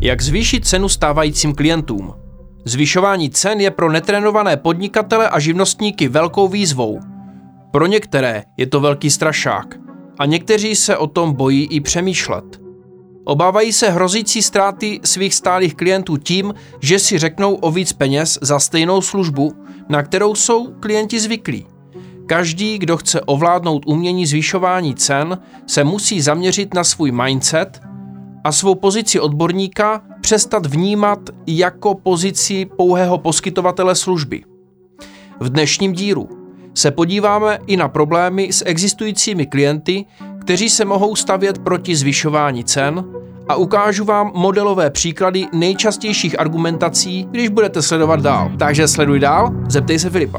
Jak zvýšit cenu stávajícím klientům? Zvyšování cen je pro netrénované podnikatele a živnostníky velkou výzvou. Pro některé je to velký strašák a někteří se o tom bojí i přemýšlet. Obávají se hrozící ztráty svých stálých klientů tím, že si řeknou o víc peněz za stejnou službu, na kterou jsou klienti zvyklí. Každý, kdo chce ovládnout umění zvyšování cen, se musí zaměřit na svůj mindset a svou pozici odborníka přestat vnímat jako pozici pouhého poskytovatele služby. V dnešním dílu se podíváme i na problémy s existujícími klienty, kteří se mohou stavět proti zvyšování cen, a ukážu vám modelové příklady nejčastějších argumentací, když budete sledovat dál. Takže sleduj dál, zeptej se Filipa.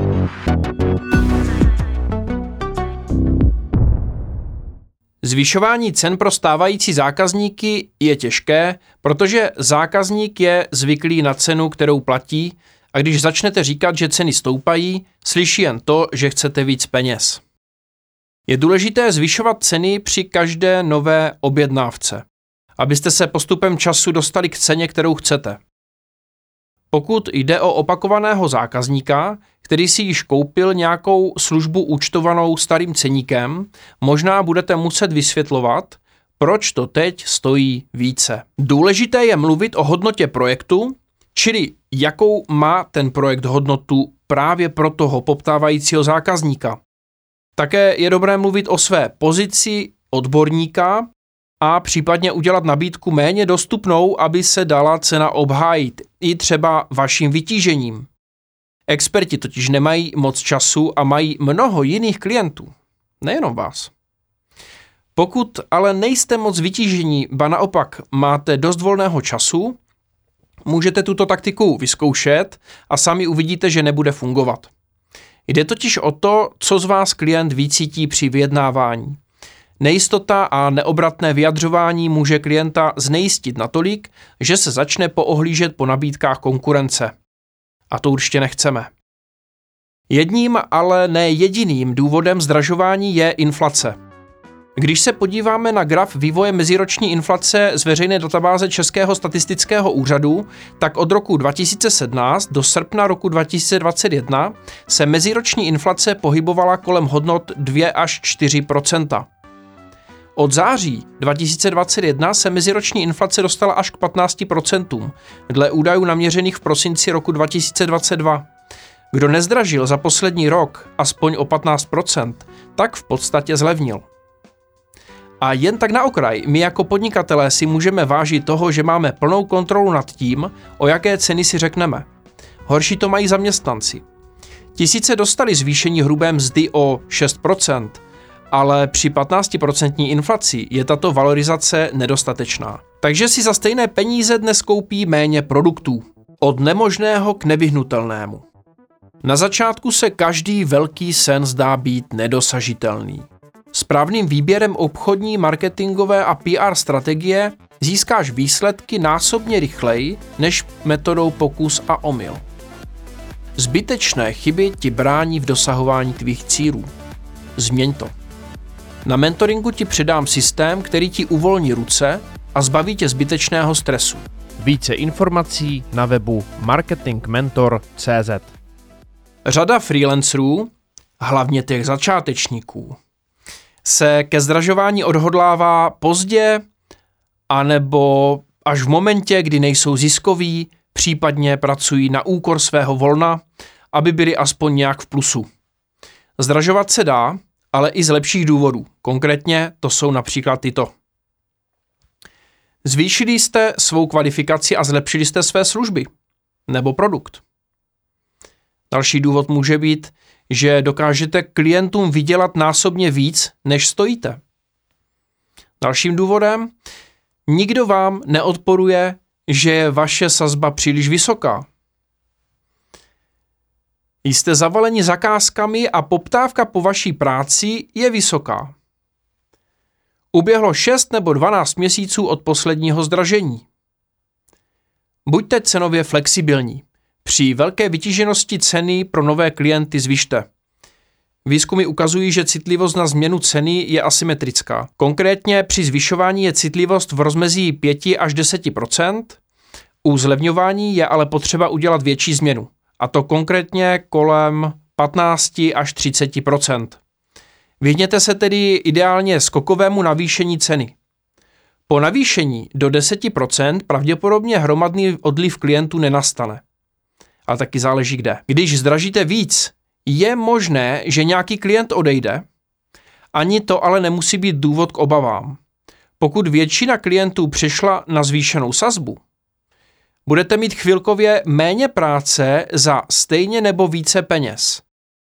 Zvyšování cen pro stávající zákazníky je těžké, protože zákazník je zvyklý na cenu, kterou platí, a když začnete říkat, že ceny stoupají, slyší jen to, že chcete víc peněz. Je důležité zvyšovat ceny při každé nové objednávce, abyste se postupem času dostali k ceně, kterou chcete. Pokud jde o opakovaného zákazníka, který si již koupil nějakou službu účtovanou starým ceníkem, možná budete muset vysvětlovat, proč to teď stojí více. Důležité je mluvit o hodnotě projektu, čili jakou má ten projekt hodnotu právě pro toho poptávajícího zákazníka. Také je dobré mluvit o své pozici odborníka a případně udělat nabídku méně dostupnou, aby se dala cena obhájit, i třeba vaším vytížením. Experti totiž nemají moc času a mají mnoho jiných klientů, nejenom vás. Pokud ale nejste moc vytížení, ba naopak máte dost volného času, můžete tuto taktiku vyzkoušet a sami uvidíte, že nebude fungovat. Jde totiž o to, co z vás klient vycítí při vyjednávání. Nejistota a neobratné vyjadřování může klienta znejistit natolik, že se začne poohlížet po nabídkách konkurence. A to určitě nechceme. Jedním, ale ne jediným důvodem zdražování je inflace. Když se podíváme na graf vývoje meziroční inflace z veřejné databáze Českého statistického úřadu, tak od roku 2017 do srpna roku 2021 se meziroční inflace pohybovala kolem hodnot 2 až 4%. Od září 2021 se meziroční inflace dostala až k 15%, dle údajů naměřených v prosinci roku 2022. Kdo nezdražil za poslední rok aspoň o 15%, tak v podstatě zlevnil. A jen tak na okraj, my jako podnikatelé si můžeme vážit toho, že máme plnou kontrolu nad tím, o jaké ceny si řekneme. Horší to mají zaměstnanci. Tisíce dostali zvýšení hrubé mzdy o 6%, ale při 15% inflaci je tato valorizace nedostatečná. Takže si za stejné peníze dnes koupí méně produktů. Od nemožného k nevyhnutelnému. Na začátku se každý velký sen zdá být nedosažitelný. Správným výběrem obchodní, marketingové a PR strategie získáš výsledky násobně rychleji než metodou pokus a omyl. Zbytečné chyby ti brání v dosahování tvých cílů. Změň to. Na mentoringu ti předám systém, který ti uvolní ruce a zbaví tě zbytečného stresu. Více informací na webu marketingmentor.cz. Řada freelancerů, hlavně těch začátečníků, se ke zdražování odhodlává pozdě anebo až v momentě, kdy nejsou ziskoví, případně pracují na úkor svého volna, aby byli aspoň nějak v plusu. Zdražovat se dá, ale i z lepších důvodů. Konkrétně to jsou například tyto. Zvýšili jste svou kvalifikaci a zlepšili jste své služby nebo produkt. Další důvod může být, že dokážete klientům vydělat násobně víc, než stojíte. Dalším důvodem, nikdo vám neodporuje, že je vaše sazba příliš vysoká. Jste zavaleni zakázkami a poptávka po vaší práci je vysoká. Uběhlo 6 nebo 12 měsíců od posledního zdražení. Buďte cenově flexibilní. Při velké vytíženosti ceny pro nové klienty zvyšte. Výzkumy ukazují, že citlivost na změnu ceny je asymetrická. Konkrétně při zvyšování je citlivost v rozmezí 5 až 10%, u zlevňování je ale potřeba udělat větší změnu, a to konkrétně kolem 15 až 30%. Vyhněte se tedy ideálně skokovému navýšení ceny. Po navýšení do 10% pravděpodobně hromadný odliv klientů nenastane. Ale taky záleží kde. Když zdražíte víc, je možné, že nějaký klient odejde, ani to ale nemusí být důvod k obavám. Pokud většina klientů přešla na zvýšenou sazbu, budete mít chvilkově méně práce za stejně nebo více peněz.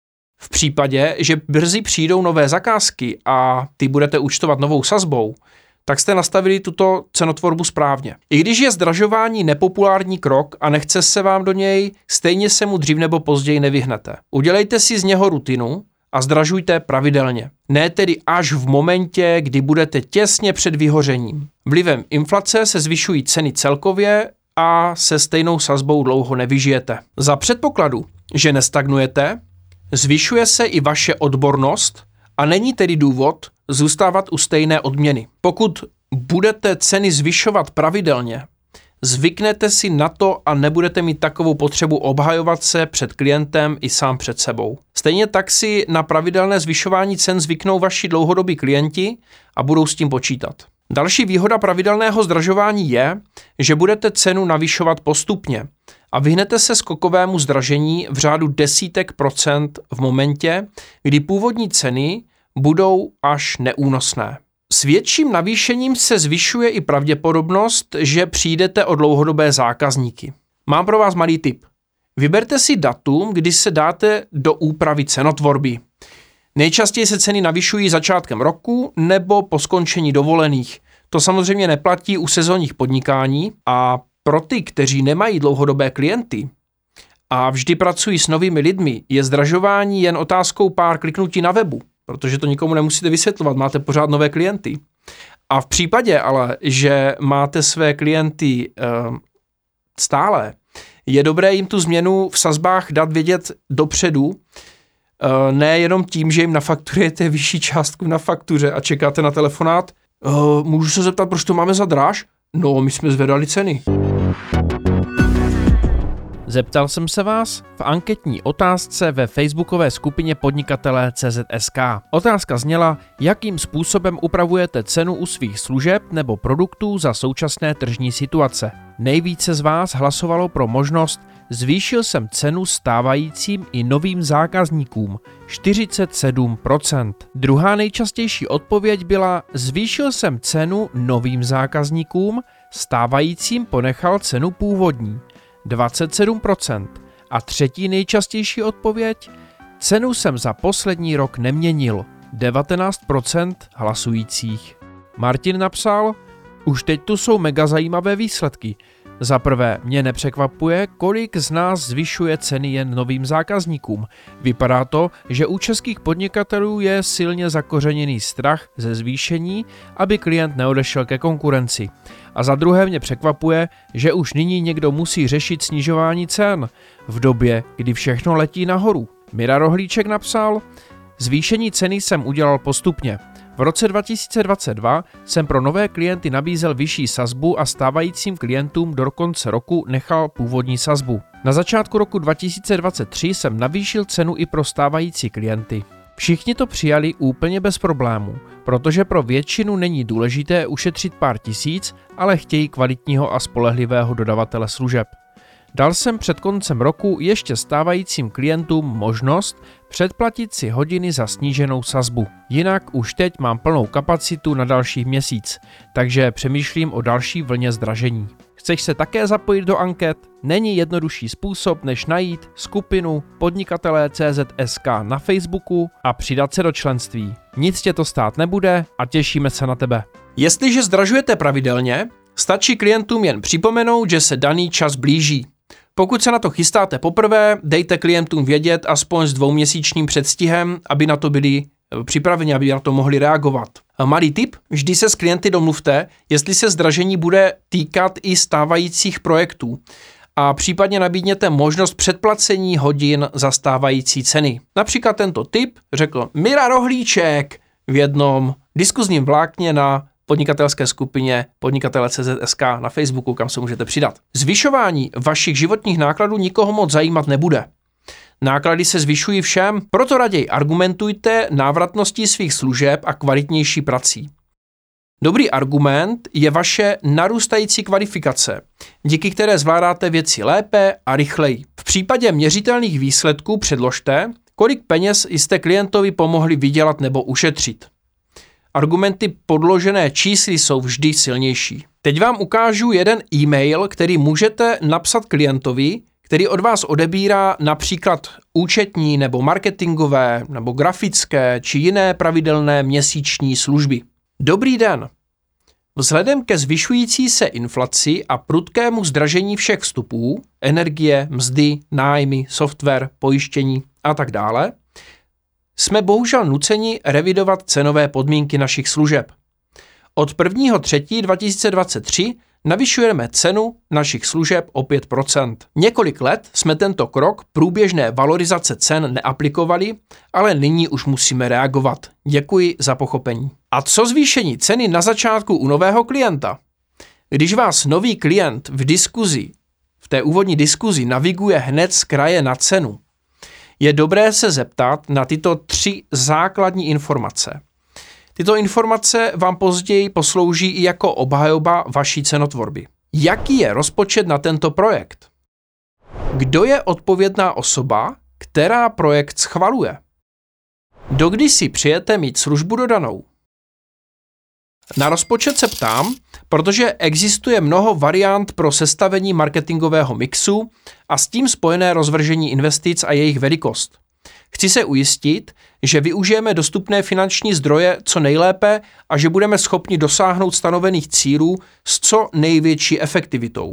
V případě, že brzy přijdou nové zakázky a ty budete účtovat novou sazbou, tak jste nastavili tuto cenotvorbu správně. I když je zdražování nepopulární krok a nechce se vám do něj, stejně se mu dřív nebo později nevyhnete. Udělejte si z něho rutinu a zdražujte pravidelně. Ne tedy až v momentě, kdy budete těsně před vyhořením. Vlivem inflace se zvyšují ceny celkově a se stejnou sazbou dlouho nevyžijete. Za předpokladu, že nestagnujete, zvyšuje se i vaše odbornost a není tedy důvod zůstávat u stejné odměny. Pokud budete ceny zvyšovat pravidelně, zvyknete si na to a nebudete mít takovou potřebu obhajovat se před klientem i sám před sebou. Stejně tak si na pravidelné zvyšování cen zvyknou vaši dlouhodobí klienti a budou s tím počítat. Další výhoda pravidelného zdražování je, že budete cenu navyšovat postupně a vyhnete se skokovému zdražení v řádu desítek procent v momentě, kdy původní ceny budou až neúnosné. S větším navýšením se zvyšuje i pravděpodobnost, že přijdete o dlouhodobé zákazníky. Mám pro vás malý tip. Vyberte si datum, kdy se dáte do úpravy cenotvorby. Nejčastěji se ceny navyšují začátkem roku nebo po skončení dovolených. To samozřejmě neplatí u sezónních podnikání a pro ty, kteří nemají dlouhodobé klienty a vždy pracují s novými lidmi, je zdražování jen otázkou pár kliknutí na webu, protože to nikomu nemusíte vysvětlovat, máte pořád nové klienty. A v případě ale, že máte své klienty stále, je dobré jim tu změnu v sazbách dát vědět dopředu, ne jenom tím, že jim nafakturujete vyšší částku na faktuře a čekáte na telefonát. Můžu se zeptat, proč to máme za dráž? No, my jsme zvedali ceny. Zeptal jsem se vás v anketní otázce ve facebookové skupině podnikatelé CZ.sk. Otázka zněla, jakým způsobem upravujete cenu u svých služeb nebo produktů za současné tržní situace. Nejvíce z vás hlasovalo pro možnost zvýšil jsem cenu stávajícím i novým zákazníkům 47%. Druhá nejčastější odpověď byla zvýšil jsem cenu novým zákazníkům, stávajícím ponechal cenu původní 27%. A třetí nejčastější odpověď cenu jsem za poslední rok neměnil 19% hlasujících. Martin napsal, už teď tu jsou mega zajímavé výsledky. Za prvé, mě nepřekvapuje, kolik z nás zvyšuje ceny jen novým zákazníkům. Vypadá to, že u českých podnikatelů je silně zakořeněný strach ze zvýšení, aby klient neodešel ke konkurenci. A za druhé mě překvapuje, že už nyní někdo musí řešit snižování cen v době, kdy všechno letí nahoru. Mira Rohlíček napsal, zvýšení ceny jsem udělal postupně. V roce 2022 jsem pro nové klienty nabízel vyšší sazbu a stávajícím klientům do konce roku nechal původní sazbu. Na začátku roku 2023 jsem navýšil cenu i pro stávající klienty. Všichni to přijali úplně bez problémů, protože pro většinu není důležité ušetřit pár tisíc, ale chtějí kvalitního a spolehlivého dodavatele služeb. Dal jsem před koncem roku ještě stávajícím klientům možnost předplatit si hodiny za sníženou sazbu. Jinak už teď mám plnou kapacitu na další měsíc, takže přemýšlím o další vlně zdražení. Chceš se také zapojit do anket? Není jednodušší způsob, než najít skupinu podnikatelé CZ.sk na Facebooku a přidat se do členství. Nic tě to stát nebude a těšíme se na tebe. Jestliže zdražujete pravidelně, stačí klientům jen připomenout, že se daný čas blíží. Pokud se na to chystáte poprvé, dejte klientům vědět aspoň s 2měsíčním předstihem, aby na to byli připraveni, aby na to mohli reagovat. Malý tip, vždy se s klienty domluvte, jestli se zdražení bude týkat i stávajících projektů. a případně nabídněte možnost předplacení hodin za stávající ceny. Například tento tip řekl Mira Rohlíček v jednom diskuzním vlákně na podnikatelské skupině podnikatele.cz.sk na Facebooku, kam se můžete přidat. Zvyšování vašich životních nákladů nikoho moc zajímat nebude. Náklady se zvyšují všem, proto raději argumentujte návratností svých služeb a kvalitnější prací. Dobrý argument je vaše narůstající kvalifikace, díky které zvládáte věci lépe a rychleji. V případě měřitelných výsledků předložte, kolik peněz jste klientovi pomohli vydělat nebo ušetřit. Argumenty podložené čísly jsou vždy silnější. Teď vám ukážu jeden e-mail, který můžete napsat klientovi, který od vás odebírá například účetní nebo marketingové nebo grafické či jiné pravidelné měsíční služby. Dobrý den. Vzhledem ke zvyšující se inflaci a prudkému zdražení všech vstupů, energie, mzdy, nájmy, software, pojištění a tak dále, jsme bohužel nuceni revidovat cenové podmínky našich služeb. Od 1.3.2023 navyšujeme cenu našich služeb o 5%. Několik let jsme tento krok průběžné valorizace cen neaplikovali, ale nyní už musíme reagovat. Děkuji za pochopení. A co zvýšení ceny na začátku u nového klienta? Když vás nový klient v té úvodní diskuzi naviguje hned z kraje na cenu, je dobré se zeptat na tyto 3 základní informace. Tyto informace vám později poslouží i jako obhajoba vaší cenotvorby. Jaký je rozpočet na tento projekt? Kdo je odpovědná osoba, která projekt schvaluje? Dokdy si přijete mít službu dodanou? Na rozpočet se ptám, protože existuje mnoho variant pro sestavení marketingového mixu a s tím spojené rozvržení investic a jejich velikost. Chci se ujistit, že využijeme dostupné finanční zdroje co nejlépe a že budeme schopni dosáhnout stanovených cílů s co největší efektivitou.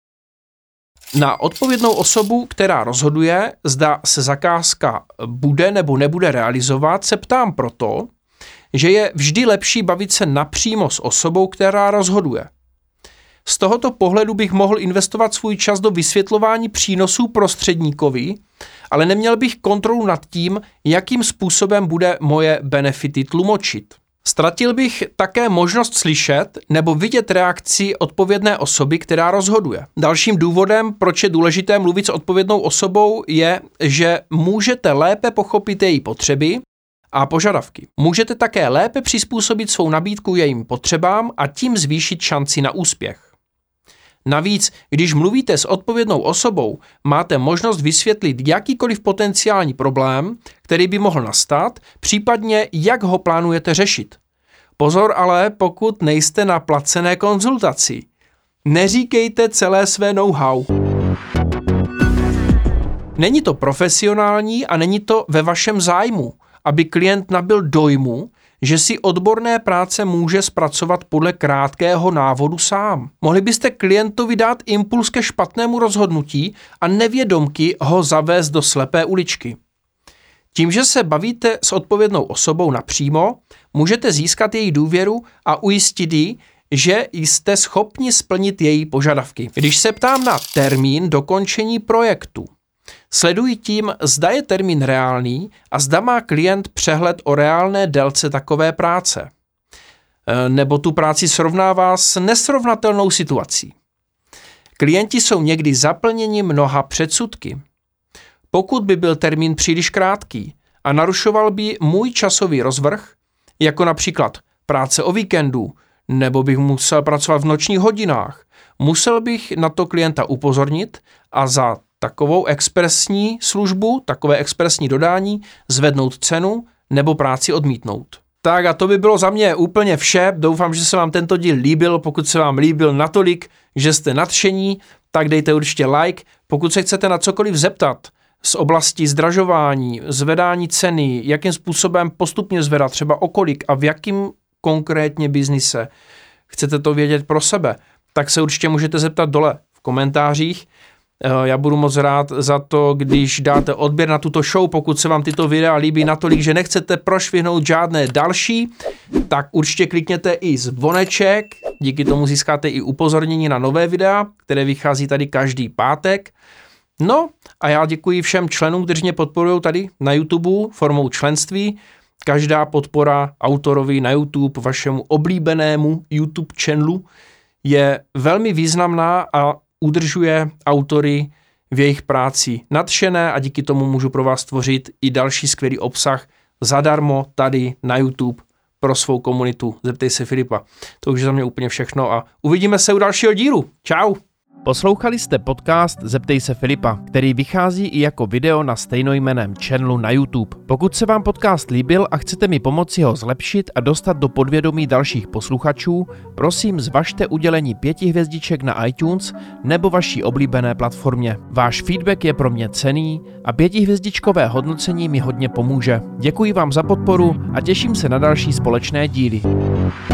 Na odpovědnou osobu, která rozhoduje, zda se zakázka bude nebo nebude realizovat, se ptám proto, že je vždy lepší bavit se napřímo s osobou, která rozhoduje. Z tohoto pohledu bych mohl investovat svůj čas do vysvětlování přínosů prostředníkovi, ale neměl bych kontrolu nad tím, jakým způsobem bude moje benefity tlumočit. Ztratil bych také možnost slyšet nebo vidět reakci odpovědné osoby, která rozhoduje. Dalším důvodem, proč je důležité mluvit s odpovědnou osobou, je, že můžete lépe pochopit její potřeby a požadavky. Můžete také lépe přizpůsobit svou nabídku jejím potřebám a tím zvýšit šanci na úspěch. Navíc, když mluvíte s odpovědnou osobou, máte možnost vysvětlit jakýkoliv potenciální problém, který by mohl nastat, případně jak ho plánujete řešit. Pozor ale, pokud nejste na placené konzultaci. Neříkejte celé své know-how. Není to profesionální a není to ve vašem zájmu, aby klient nabyl dojmu, že si odborné práce může zpracovat podle krátkého návodu sám. Mohli byste klientovi dát impuls ke špatnému rozhodnutí a nevědomky ho zavést do slepé uličky. Tím, že se bavíte s odpovědnou osobou napřímo, můžete získat její důvěru a ujistit ji, že jste schopni splnit její požadavky. Když se ptám na termín dokončení projektu, sleduji tím, zda je termín reálný a zda má klient přehled o reálné délce takové práce. Nebo tu práci srovnává s nesrovnatelnou situací. Klienti jsou někdy zaplněni mnoha předsudky. Pokud by byl termín příliš krátký a narušoval by můj časový rozvrh, jako například práce o víkendu, nebo bych musel pracovat v nočních hodinách, musel bych na to klienta upozornit a za takovou expresní službu, takové expresní dodání, zvednout cenu nebo práci odmítnout. Tak a to by bylo za mě úplně vše. Doufám, že se vám tento díl líbil. Pokud se vám líbil natolik, že jste nadšení, tak dejte určitě like. Pokud se chcete na cokoliv zeptat z oblasti zdražování, zvedání ceny, jakým způsobem postupně zvedat, třeba o kolik a v jakým konkrétně biznise chcete to vědět pro sebe, tak se určitě můžete zeptat dole v komentářích. Já budu moc rád za to, když dáte odběr na tuto show, pokud se vám tyto videa líbí natolik, že nechcete prošvihnout žádné další, tak určitě klikněte i zvoneček, díky tomu získáte i upozornění na nové videa, které vychází tady každý pátek. No a já děkuji všem členům, kteří mě podporují tady na YouTube formou členství. Každá podpora autorovi na YouTube, vašemu oblíbenému YouTube channelu, je velmi významná a udržuje autory v jejich práci nadšené a díky tomu můžu pro vás tvořit i další skvělý obsah zadarmo tady na YouTube pro svou komunitu. Zeptej se Filipa. To už je za mě úplně všechno a uvidíme se u dalšího dílu. Čau! Poslouchali jste podcast Zeptej se Filipa, který vychází i jako video na stejnojmenném channelu na YouTube. Pokud se vám podcast líbil a chcete mi pomoci ho zlepšit a dostat do podvědomí dalších posluchačů, prosím zvažte udělení 5 hvězdiček na iTunes nebo vaší oblíbené platformě. Váš feedback je pro mě cenný a 5 hvězdičkové hodnocení mi hodně pomůže. Děkuji vám za podporu a těším se na další společné díly.